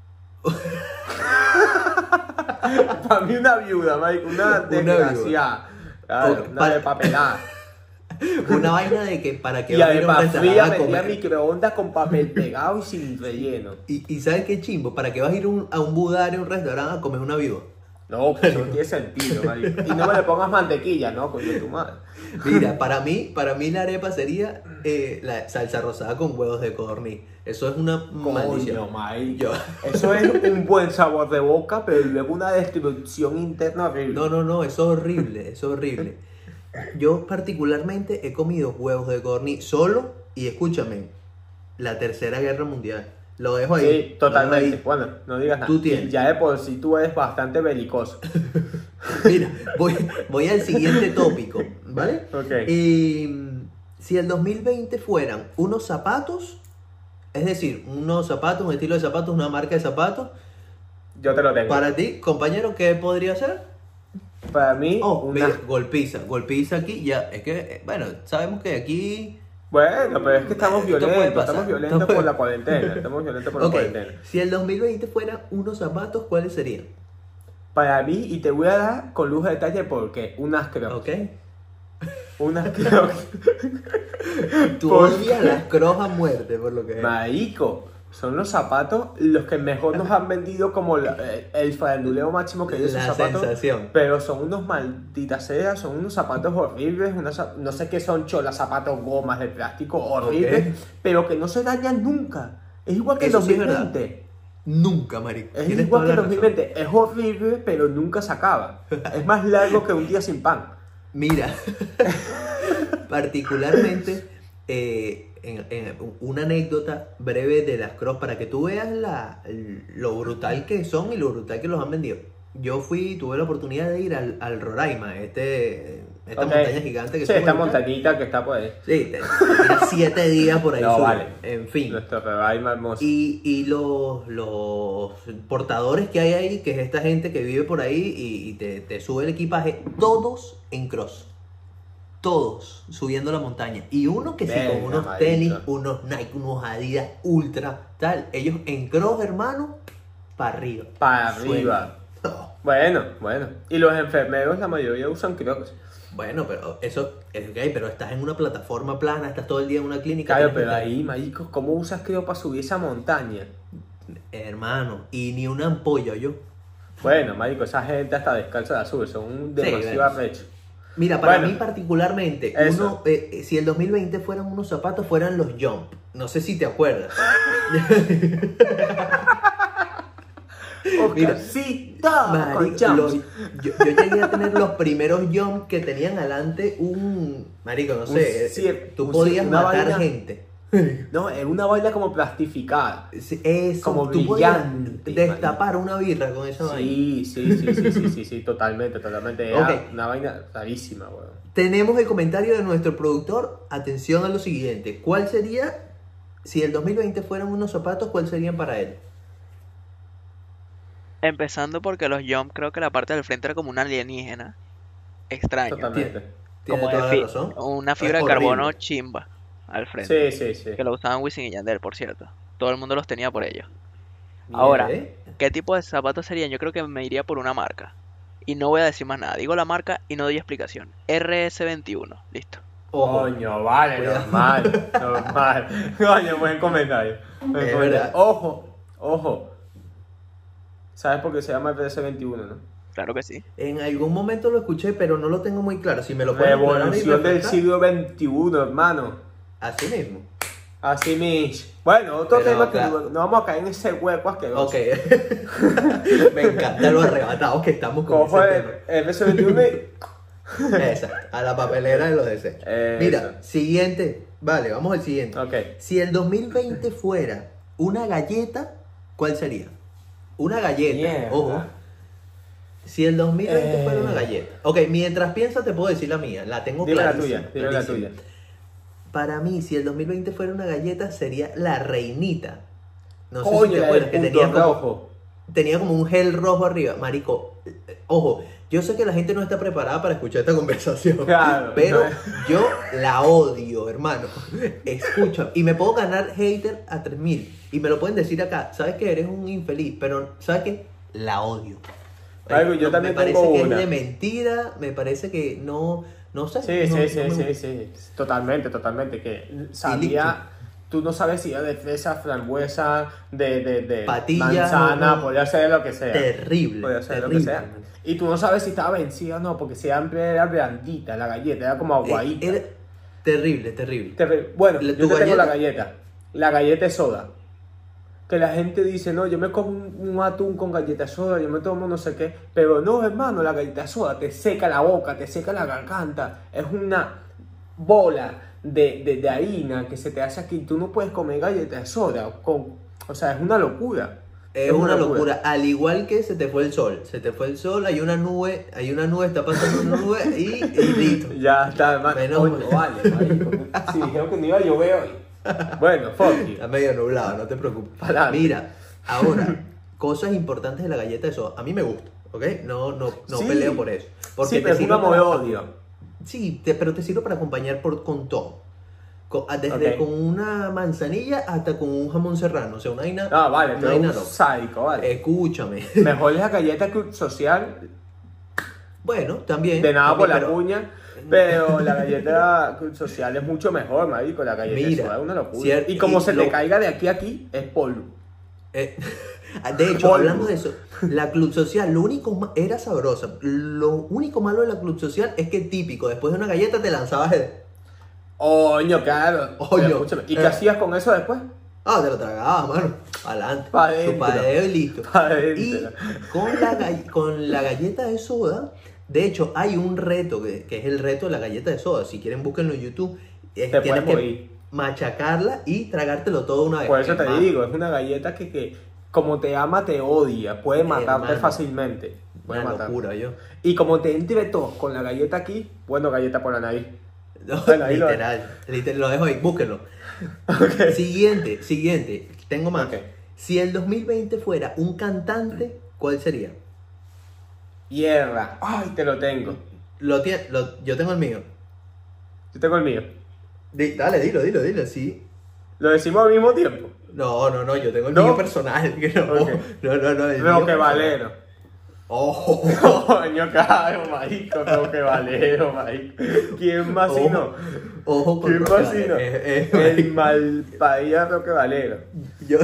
Para mí una viuda, Mike. Una desgraciada. Claro, Ok, una para- de papelada. Una vaina de que para que Y vas a ir a un además restaurante fría a metida comer. microondas con papel pegado y sin relleno. Y, y ¿sabes qué chimbo? Para que vas a ir un- a un budar, a un restaurante a comer una viuda. No, pues no tiene sentido, marico. Y no me le pongas mantequilla, ¿no? Coño, tu madre. Mira, para mí, para mí la arepa sería eh, la salsa rosada con huevos de codorniz. Eso es una Coño, maldición. marico. Yo- Eso es un buen sabor de boca, pero luego una destrucción interna horrible. No, no, no, eso es horrible, eso es horrible. Yo particularmente he comido huevos de codorniz solo y escúchame, la tercera guerra mundial. Lo dejo ahí. Sí, lo dejo totalmente. ahí. Bueno, no digas nada. Tú tienes. Y ya de por sí tú eres bastante belicoso. Mira, voy, voy al siguiente tópico, ¿vale? Ok. Eh, si el dos mil veinte fueran unos zapatos, es decir, unos zapatos, un estilo de zapatos, una marca de zapatos, Yo te lo tengo. para ti, compañero, ¿qué podría ser? Para mí, Oh, una... mira, golpiza, golpiza aquí, ya, es que, eh, bueno, sabemos que aquí... Bueno, pero es que estamos Esto puede violentos, pasar, estamos violentos esto puede- por la cuarentena, estamos violentos por la Ok, cuarentena. si el dos mil veinte fueran unos zapatos, ¿cuáles serían? Para mí, y te voy a dar con lujo de detalle porque unas Crocs. Ok. Unas Crocs. Tú Por- odias las crocs a muerte, por lo que veo. Marico, son los zapatos los que mejor nos han vendido como la- el, el faranduleo máximo que hay de esos La zapatos. sensación. Pero son unos malditas seas, son unos zapatos horribles, unos zap- no sé qué son cholas, zapatos gomas de plástico horribles, Ok. pero que no se dañan nunca. Es igual que el Eso sí es dos mil verdad. veinte. Nunca, marico. Es Tienes igual que toda el la dos mil razón. veinte. Es horrible, pero nunca se acaba. Es más largo que un día sin pan. Mira, particularmente, eh, en, en una anécdota breve de las crocs para que tú veas la, lo brutal que son y lo brutal que los han vendido. Yo fui, tuve la oportunidad de ir al, al Roraima, este, esta Ok. montaña gigante que Sí, se esta monta. montañita que está por ahí. Sí, te- era siete días por ahí. No, subiendo. vale. En fin. Nuestro Roraima hermoso. Y, y los, los portadores que hay ahí, que es esta gente que vive por ahí y, y te, te sube el equipaje, todos en cross. Todos subiendo la montaña. Y uno que sí, Venga, con unos marico. tenis, unos Nike, unos Adidas Ultra, tal. Ellos en cross, hermano, para arriba. Para Suena. arriba. Oh. Bueno, bueno. Y los enfermeros, la mayoría usan Crocs. Bueno, pero eso es ok, pero estás en una plataforma plana, estás todo el día en una clínica. Claro, tienes que pero estar- ahí, marico, ¿cómo usas Crocs para subir esa montaña? Hermano, y ni una ampolla yo. Bueno, marico, esa gente hasta descalza la sube, son demasiado bueno. arrechos. Mira, para Bueno, mí particularmente, eso. uno, eh, eh, si el dos mil veinte fueran unos zapatos, fueran los Jump. No sé si te acuerdas. Mira, sí, ta, con Marico, jumps. los- yo, yo llegué a tener los primeros Jump que tenían adelante un... Marico, no Un sé, eh, cier- tú un podías cier- una matar vaina- gente. No, es una vaina como plastificada. Sí, Eso, Como tú podías brillante, destapar una birra con esa vaina. Sí, sí, sí, sí, sí, sí, sí, totalmente, totalmente. Era Ok. una vaina rarísima, weón. Tenemos el comentario de nuestro productor. Atención a lo siguiente. ¿Cuál sería, si el dos mil veinte fueran unos zapatos, cuál serían para él? Empezando porque los Jump creo que la parte del frente era como una alienígena. Extraño. Totalmente. Tiene Como de toda fi- la razón. una fibra Es de carbono horrible. chimba al frente. Sí, sí, sí. Que lo usaban Wisin y Yandel, por cierto. Todo el mundo los tenía por ellos. Ahora, ¿Eh? ¿qué tipo de zapatos serían? Yo creo que me iría por una marca. Y no voy a decir más nada. Digo la marca y no doy explicación. R S veintiuno. Listo. Ojo. Coño, vale, Cuidado. normal, normal. Coño, buen comentario. Buen Es comentario. verdad. Ojo, ojo. ¿Sabes por qué se llama F S veintiuno, no? Claro que sí. En algún momento lo escuché, pero no lo tengo muy claro. Si me lo puedes aclarar y Revolución del refrescar. siglo veintiuno, hermano. Así mismo. Así mismo. Bueno, otro Pero, tema que claro. no, no vamos a caer en ese hueco asqueroso. Ok. Me encanta lo arrebatados que estamos con ¿Cómo ese fue F S veintiuno? tema. Exacto. A la papelera de los desechos. Eso. Mira, siguiente. Vale, vamos al siguiente. Ok. Si el dos mil veinte fuera una galleta, ¿cuál sería? Una galleta. Mierda. Ojo. Si el dos mil veinte Eh. fuera una galleta. Ok, mientras piensas te puedo decir la mía. La tengo Dime la clarísima, tuya, dime la clarísima. tuya. Para mí, si el dos mil veinte fuera una galleta, sería la reinita. No sé Coño, si te la acuerdas, que del tenía punto como, rojo. tenía como un gel rojo arriba. Marico, eh, ojo, yo sé que la gente no está preparada para escuchar esta conversación. Claro. Pero yo la odio, hermano. Escucha, y me puedo ganar hater a tres mil. Y me lo pueden decir acá. Sabes que eres un infeliz, pero ¿sabes qué? La odio. Algo, yo No, también me parece tengo que una. es de mentira, me parece que no, no sé. Sí, no- sí, no sí, me sí, gusta. sí. Totalmente, totalmente. Que listo. sabía. Tú no sabes si era de fresa, frambuesa, de, de, de Patilla, manzana, no, no. podía ser lo que sea. Terrible, Podía ser lo que terrible. sea. Y tú no sabes si estaba vencida o no, porque siempre era blandita la galleta, era como aguadita. Eh, era terrible, terrible. Terri- Bueno, ¿La- yo tu te tengo la galleta? galleta. La galleta es soda. Que la gente dice, no, yo me como un, un atún con galleta soda, yo me tomo no sé qué. Pero no, hermano, la galleta soda te seca la boca, te seca la garganta. Es una bola de, de, de harina que se te hace aquí. Tú no puedes comer galleta soda. Con, o sea, es una locura. Es una locura. Al igual que se te fue el sol. Se te fue el sol, hay una nube, hay una nube, está pasando una nube y, y listo. Ya está, hermano. Menos Coño, mal. vale, marico. Si dijeron que no iba a llover hoy. Bueno, fuck you. Está medio nublado, no te preocupes. Pa'lante. Mira, ahora, cosas importantes de la galleta de soda. A mí me gusta. ¿ok? No, no, no Sí. peleo por eso. Porque Sí, pero es un sirve para- amor-odio. Sí, te- pero te sirve para acompañar por, con todo. Con- ah, desde Ok. con una manzanilla hasta con un jamón serrano. O sea, una vaina. No, vale, tú una eres vaina un loca. sádico, vale. Escúchame. Mejor es la galleta Club Social, Bueno, también. de nada por la también, pero- cuña, pero la galleta Club Social es mucho mejor, marico. La galleta Mira, soda es una locura. cier- y como y se lo- te caiga de aquí a aquí, es polvo. Eh, de hecho, Polvo. hablando de eso, la Club Social, lo único ma- era sabrosa. Lo único malo de la Club Social es que típico, después de una galleta te lanzabas el. Oño, claro. Oño. Pero escúchame, ¿y qué Eh. hacías con eso después? Ah, te lo tragabas, mano. Adelante. Pa' dentro. Chupadeo y listo. Pa' dentro. Y con la, gall- con la galleta de soda, de hecho, hay un reto que, que es el reto de la galleta de soda. Si quieren, búsquenlo en YouTube. Es- Te tienes puedes que morir. machacarla y tragártelo todo una vez. Por eso te Hermano. digo, es una galleta que, que como te ama, te odia. Puede matarte Hermano. fácilmente. Puede Una matarte. locura, yo. Y como te entre tos con la galleta aquí, bueno, galleta por la nariz. No, Bueno, ahí lo- literal, literal, lo dejo ahí, búsquenlo. Ok. Siguiente, siguiente, tengo más. Ok. Si el dos mil veinte fuera un cantante, ¿cuál sería? Hierra. Ay, te lo tengo. Lo tie- lo- yo tengo el mío. Yo tengo el mío. Di- dale, dilo, dilo, dilo, sí. ¿Lo decimos al mismo tiempo? No, no, no, yo tengo el ¿No? mío personal. Que no, Ok. no, no, no. el mío Roque personal. Valero. Oh, Coño, caro, marico, Roque Valero, marico. ¿Quién más si no? ojo, ojo con ¿Quién Roque más si no? Valero. Eh, eh, El malparido Roque Valero. yo,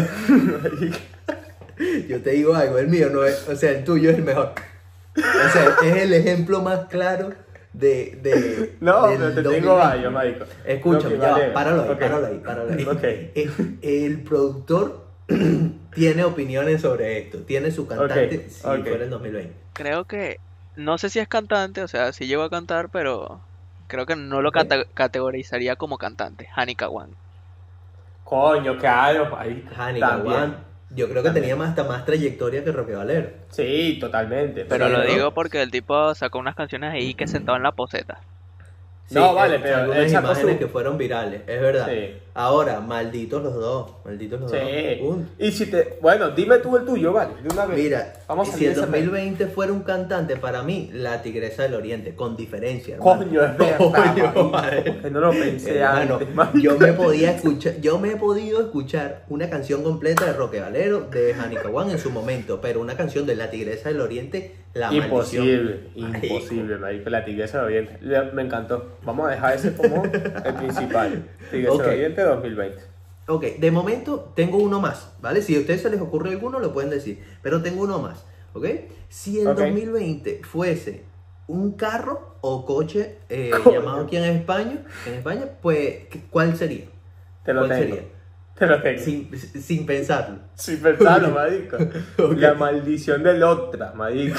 yo te digo algo, el mío no es, o sea, el tuyo es el mejor. O sea, es el ejemplo más claro de, de No, del pero te dos mil tengo veinte. varios, marico. Escúchame, Roque ya va, Valero. páralo ahí, Ok. páralo ahí, páralo ahí. Ok. El, el productor tiene opiniones sobre esto, tiene su cantante Ok, si ok. fuera el dos mil veinte. Creo que, no sé si es cantante, o sea, si llego a cantar, pero creo que no lo Ok. cata- categorizaría como cantante. Hanika One. Coño, claro, marico. Hanika También. One, yo creo que También. tenía más, hasta más trayectoria que Roque Valero. Sí, totalmente. Pero Sí, lo ¿no? digo porque el tipo sacó unas canciones ahí que sentado en la poseta. No, vale, eh, pero algunas él sacó imágenes su- que fueron virales, es verdad. Sí. Ahora, malditos los dos, malditos los dos. Sí. Punto. Y si te. Bueno, dime tú el tuyo, vale. De una vez. Mira, vamos a si salir el de ese dos mil tema. veinte fuera un cantante, para mí, la Tigresa del Oriente, con diferencia. hermano. Coño, es verdad. Coño, marico, madre. que no lo pensé Hermano, antes, marico. yo me podía escuchar, yo me he podido escuchar una canción completa de Roque Valero, de Hanika One en su momento, pero una canción de la Tigresa del Oriente, la Imposible, maldición. Marico. imposible, marico. La Tigresa del Oriente. Le- Me encantó. Vamos a dejar ese como el principal. Tigresa Ok. del Oriente dos mil veinte. Ok, de momento tengo uno más, ¿vale? Si a ustedes se les ocurre alguno, lo pueden decir, pero tengo uno más, ¿ok? Si el Ok. dos mil veinte fuese un carro o coche eh, Coño. llamado aquí en España, en España, pues, ¿cuál sería? Te lo ¿Cuál tengo. sería? Te lo tengo. Sin, sin pensarlo. Sin pensarlo, marico. Ok. La maldición del otra, marico.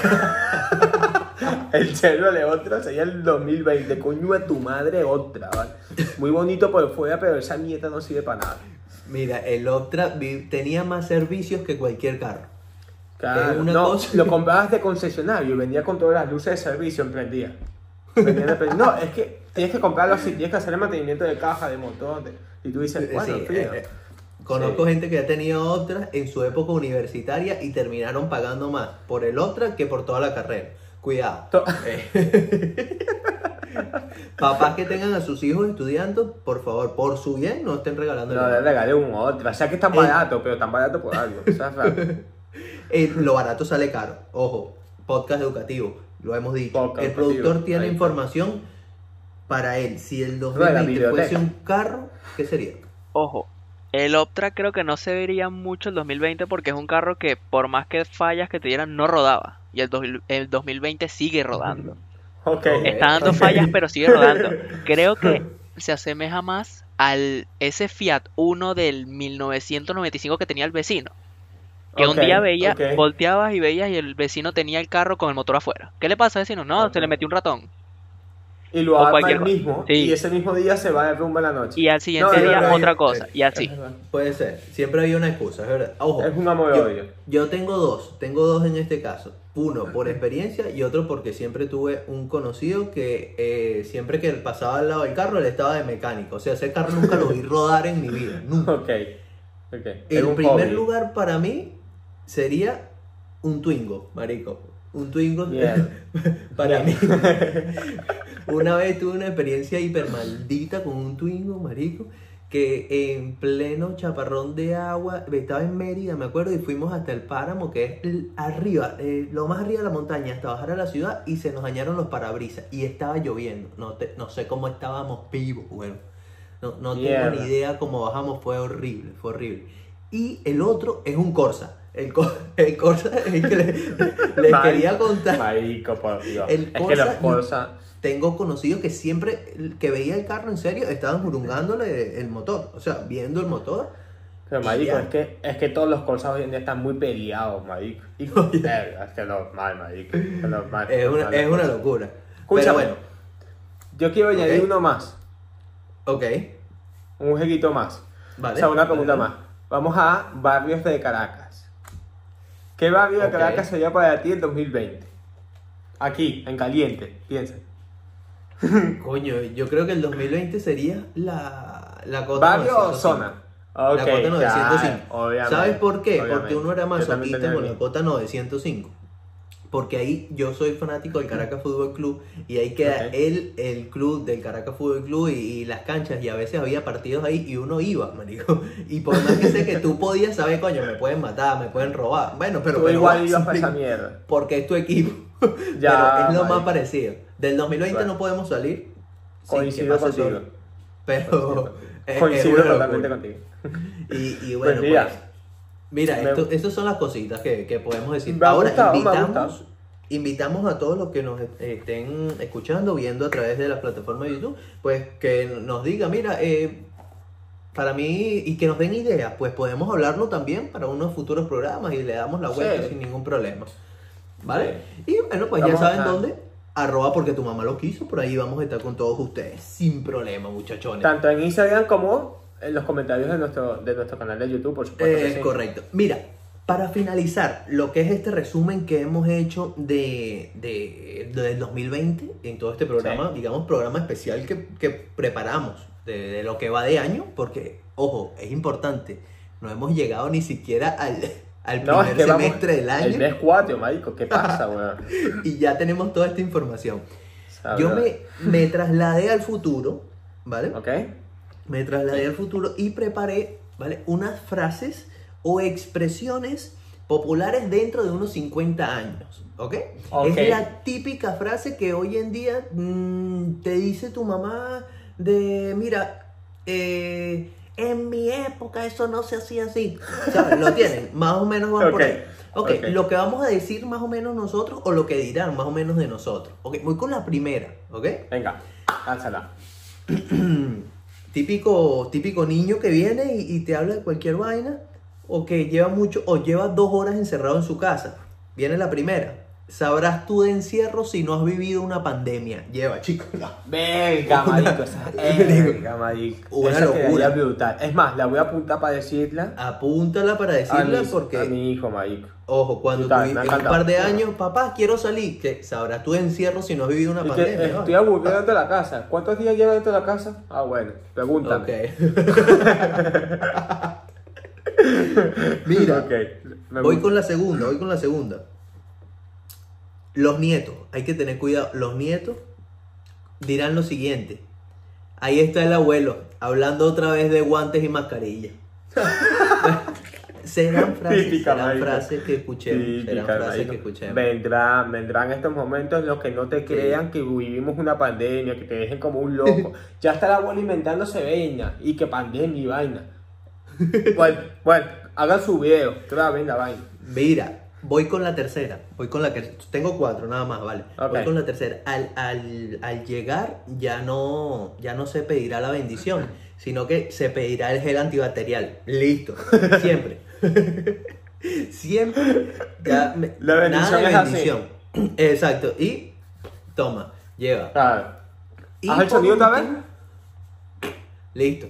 El cerro de otra sería el dos mil veinte. Coño de tu madre, otra, ¿vale? Muy bonito por fuera, pero esa mierda no sirve para nada. Mira, el Optra vi- tenía más servicios que cualquier carro. Claro, Es una no, cosa- lo comprabas de concesionario y vendía con todas las luces de servicio emprendía. Vendía de pre- No, es que tienes que comprarlo así, tienes que hacer el mantenimiento de caja, de motor. de- Y tú dices, bueno, Sí, fijo. eh, eh, conozco Sí. gente que ha tenido Optra en su época universitaria y terminaron pagando más por el Optra que por toda la carrera. Cuidado. To- Eh. Papás que tengan a sus hijos estudiando, por favor, por su bien, no estén regalando. No, le regalé un otro. O sea que es tan Eh. barato, pero tan barato por algo. O sea, raro. Eh, lo barato sale caro. Ojo, podcast educativo, lo hemos dicho. Podcast el educativo, productor tiene ahí está. información para él. Si el Lo de la dos mil veinte fuese biblioteca. un carro, ¿qué sería? Ojo, el Optra creo que no se vería mucho el dos mil veinte porque es un carro que por más que fallas que te dieran no rodaba. Y el, dos mil el dos mil veinte sigue rodando. Ok. Está dando ok. fallas pero sigue rodando. Creo que se asemeja más al ese Fiat Uno del mil novecientos noventa y cinco que tenía el vecino. Que un Ok, día veía, ok. volteabas y veías y el vecino tenía el carro con el motor afuera. ¿Qué le pasa, vecino? No, Ok. se le metió un ratón. Y lo o arma cualquier el cosa. mismo. Sí. Y ese mismo día se va de rumba en la noche. Y al siguiente No, es día verdad, otra es- cosa. es- Y así. Es verdad. Puede ser. Siempre había una excusa, es verdad. Ojo. Es un amor yo, odio. yo tengo dos. Tengo dos en este caso. Uno por experiencia y otro porque siempre tuve un conocido que eh, siempre que pasaba al lado del carro, él estaba de mecánico. O sea, ese carro nunca lo vi rodar en mi vida. Nunca. Ok. Ok. Es El un primer hobby. lugar para mí sería un Twingo, marico. Un Twingo Mierda. para mí. Una vez tuve una experiencia hiper maldita con un Twingo, marico, que en pleno chaparrón de agua, estaba en Mérida, me acuerdo, y fuimos hasta el páramo, que es el- arriba, eh, lo más arriba de la montaña, hasta bajar a la ciudad, y se nos dañaron los parabrisas, y estaba lloviendo, no, te- no sé cómo estábamos vivos, bueno, no, no tengo Mierda. ni idea cómo bajamos, fue horrible, fue horrible. Y el otro es un Corsa, el, co- el Corsa es el que le, les Marico, quería contar. Marico, por Dios. El es que los Corsa- Corsa... Tengo conocidos que siempre que veía el carro en serio estaban jurungándole el motor, o sea, viendo el motor. Pero y marico, ya. es que, es que todos los Corsa hoy en día están muy peleados, marico. Y, verga, es que normal, marico. Es normal. Es una, normal, es una Corsa. locura. Escúchame. Pero bueno, Yo quiero añadir Ok. uno más. ok. Un jueguito más. Vale. O sea, una pregunta vale. más. Vamos a barrios de Caracas. ¿Qué barrio de Ok. Caracas sería para ti en dos mil veinte? Aquí, en caliente, piensa. Coño, yo creo que el dos mil veinte sería la, la cota ¿Barrio o novecientos cinco. zona? La Ok, cota novecientos cinco. claro, obviamente, ¿Sabes por qué? obviamente. Porque uno era Yo también masoquista tenía con el la mismo. cota novecientos cinco. Porque ahí yo soy fanático del Caracas Fútbol Club y ahí queda Ok. el, el club del Caracas Fútbol Club y, y las canchas y a veces había partidos ahí y uno iba, marico. Y por más que sé que tú podías saber, coño, me pueden matar, me pueden robar. Bueno, pero, Tú pero igual vas, ibas para esa marico, mierda. porque es tu equipo. Ya, pero es lo más marico. parecido. Del dos mil veinte Bueno. no podemos salir sin que Coincido pase contigo. solo. Pero es- es Coincido una totalmente locura. contigo. Y, y bueno, Pues mira, pues, mira, me- esto, estas son las cositas que, que podemos decir. Me ha Ahora gustado, me ha invitamos, gustado. invitamos a todos los que nos estén escuchando, viendo a través de la plataforma de YouTube, pues que nos digan, mira, eh, para mí, y que nos den ideas, pues podemos hablarlo también para unos futuros programas y le damos la vuelta Sí. sin ningún problema. ¿Vale? Y bueno, pues Vamos ya saben a- dónde. Arroba porque tu mamá lo quiso, por ahí vamos a estar con todos ustedes, sin problema, muchachones. Tanto en Instagram como en los comentarios de nuestro, de nuestro canal de YouTube, por supuesto. que Es sí. correcto. Mira, para finalizar lo que es este resumen que hemos hecho de, de, de- del dos mil veinte en todo este programa, Sí. digamos, programa especial que, que preparamos de, de lo que va de año, porque, ojo, es importante, no hemos llegado ni siquiera al, al No, es primer que vamos. semestre del El año mes cuatro, marico. ¿Qué pasa, weón? y ya tenemos toda esta información. Sabrá. Yo me, me trasladé al futuro, ¿vale? ¿Ok? Me trasladé al futuro y preparé, ¿vale? Unas frases o expresiones populares dentro de unos cincuenta años, ¿ok? Ok. Es la típica frase que hoy en día mm, te dice tu mamá de, mira, eh, en mi época eso no se hacía así. ¿Sabes? Lo tienen, más o menos van por Ok, ahí. Ok, ok. lo que vamos a decir más o menos nosotros o lo que dirán más o menos de nosotros. Ok, voy con la primera, ¿ok? Venga, lánzala. Típico, típico niño que viene y, y te habla de cualquier vaina, o que lleva mucho, o lleva dos horas encerrado en su casa. Viene la primera. Sabrás tú de encierro si no has vivido una pandemia. Lleva, chicos. Venga, marico. esa- Venga, marico. Una Esa quedaría locura. brutal. Es más, la voy a apuntar para decirla Apúntala para a decirla mi, porque, a mi hijo, marico. ojo, cuando Brutal, tú me ha en un encantado. par de años, papá, quiero salir, que sabrás tú de encierro si no has vivido una Y que pandemia. ¿no? estoy aburrido dentro de la casa. ¿Cuántos días lleva dentro de la casa? Ah, bueno, pregúntame. Ok. Mira, Ok, me voy gusta. con la segunda, voy con la segunda. Los nietos, hay que tener cuidado. Los nietos dirán lo siguiente. Ahí está el abuelo, hablando otra vez de guantes y mascarilla. serán frases, Típica, serán marico. frases que escuchemos. serán Típica, frases marico. que escuchemos. Vendrá, vendrán estos momentos en los que no te crean que vivimos una pandemia, que te dejen como un loco. Ya está la abuela inventándose veña y que pandemia y vaina. Bueno, bueno, hagan su video, graben la vaina. Mira, voy con la tercera. Voy con la que tengo cuatro nada más, vale. Ok. Voy con la tercera. Al, al, al llegar ya no, ya no se pedirá la bendición, sino que se pedirá el gel antibacterial. Listo. Siempre. Siempre. Ya me- La bendición nada de es así. bendición. Exacto. Y toma, lleva. Ah, Y ¿haz el por sonido otra vez? último- Listo.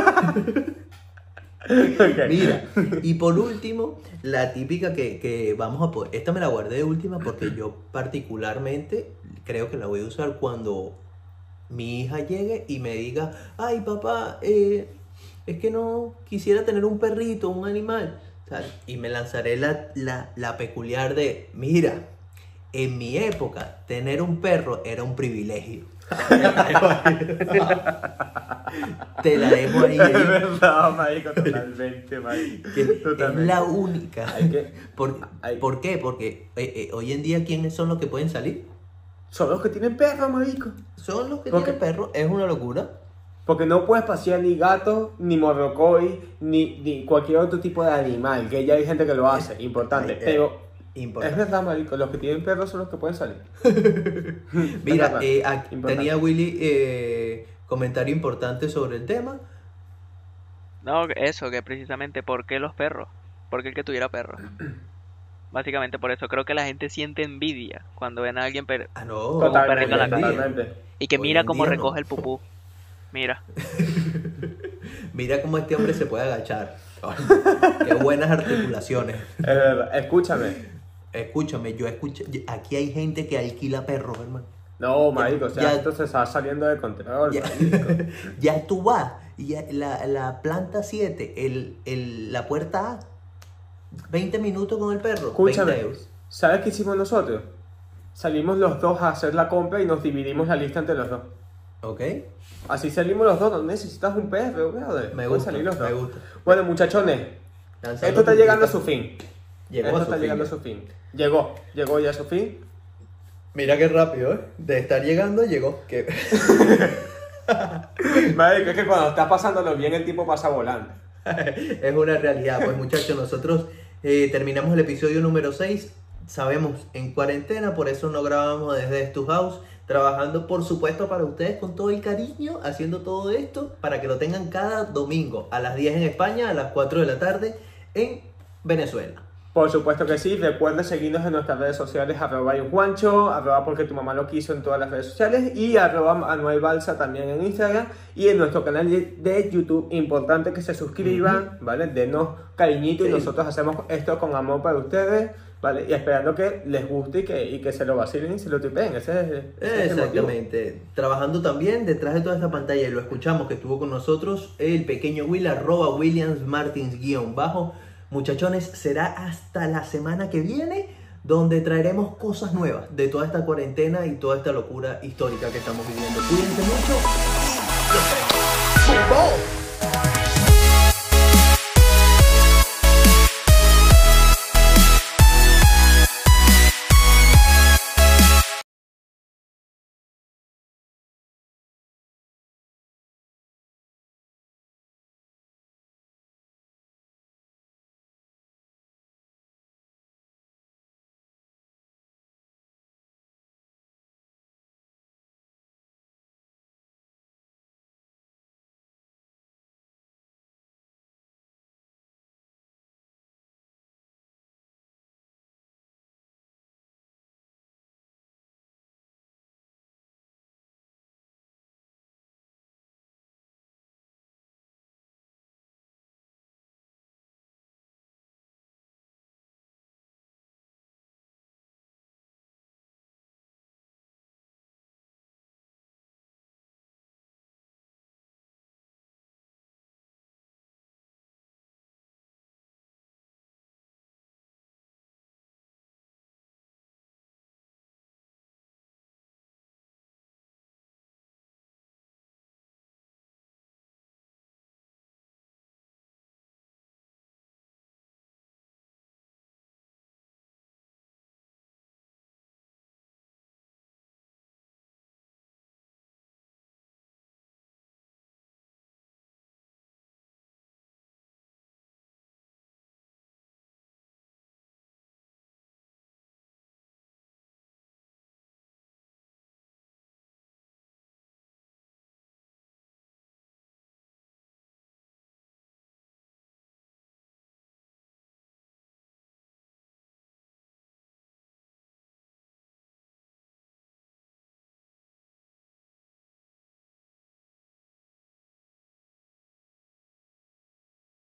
Ok. Mira, y por último, la típica que, que vamos a poder. Esta me la guardé de última porque yo, particularmente, creo que la voy a usar cuando mi hija llegue y me diga: ay, papá, eh, es que no quisiera tener un perrito, un animal. ¿sabes? Y me lanzaré la, la, la peculiar de, mira, en mi época tener un perro era un privilegio. Te la dejo ahí. Es verdad, marico, totalmente, marico. Que Totalmente. es la única. Hay que- ¿Por, hay- ¿por qué? Porque eh, eh, hoy en día, ¿quiénes son los que pueden salir? Son los que tienen perro, marico. Son los que ¿Por qué? tienen perros. Es una locura. Porque no puedes pasear ni gato, ni morrocoy, ni, ni cualquier otro tipo de animal, que ya hay gente que lo hace, importante. Eh, eh, Pero Importante. es verdad, marico, los que tienen perros son los que pueden salir. Mira, Es verdad, eh, aquí importante. tenía Willy eh, comentario importante sobre el tema. No, eso, que precisamente, ¿por qué los perros? ¿Por qué el que tuviera perro? Básicamente por eso, creo que la gente siente envidia cuando ven a alguien per- Ah, no. Totalmente, hoy en día- totalmente. y que Hoy mira en cómo día no. recoge el pupú. Mira, Mira cómo este hombre se puede agachar. Ay, qué buenas articulaciones. Es verdad, escúchame. Escúchame, yo escucho. Aquí hay gente que alquila perros, hermano. No, marico, o sea, Ya- esto se está saliendo de control, Ya, marico. ya tú vas. Y ya la, la planta siete, el, el, la puerta A. veinte minutos con el perro. Escúchame, veinte euros. ¿sabes qué hicimos nosotros? Salimos los dos a hacer la compra y nos dividimos la lista entre los dos. ¿Ok? Así salimos los dos, no necesitas un perro, brother. Me Pueden gusta, salir los dos. me gusta. Bueno, muchachones, Lanzando esto está puntitas. llegando a su fin. Llegó esto a su está fin. llegando a su fin. Llegó, llegó ya a su fin. Mira qué rápido, ¿eh? De estar llegando, llegó. Que... Marico, es que cuando estás pasándolo bien, el tiempo pasa volando. es una realidad. Pues muchachos, nosotros eh, terminamos el episodio número seis. Sabemos, en cuarentena, por eso no grabamos desde Stu House. Trabajando, por supuesto, para ustedes con todo el cariño, haciendo todo esto para que lo tengan cada domingo a las diez en España, a las cuatro de la tarde en Venezuela. Por supuesto que sí, recuerden seguirnos en nuestras redes sociales, arroba Juancho, arroba porque tu mamá lo quiso en todas las redes sociales y arroba Manuel Balsa también en Instagram y en nuestro canal de- de YouTube, importante que se suscriban, ¿vale? Denos cariñito Sí. y nosotros hacemos esto con amor para ustedes, ¿vale? Y esperando que les guste y que, y que se lo vacilen y se lo tripeen, ese es, ese es el motivo. Exactamente. Trabajando también detrás de toda esta pantalla, y lo escuchamos que estuvo con nosotros, el pequeño Will, arroba Williams Martins guión bajo. Muchachones, será hasta la semana que viene, donde traeremos cosas nuevas de toda esta cuarentena y toda esta locura histórica que estamos viviendo. Cuídense mucho y los vemos. ¡Fútbol!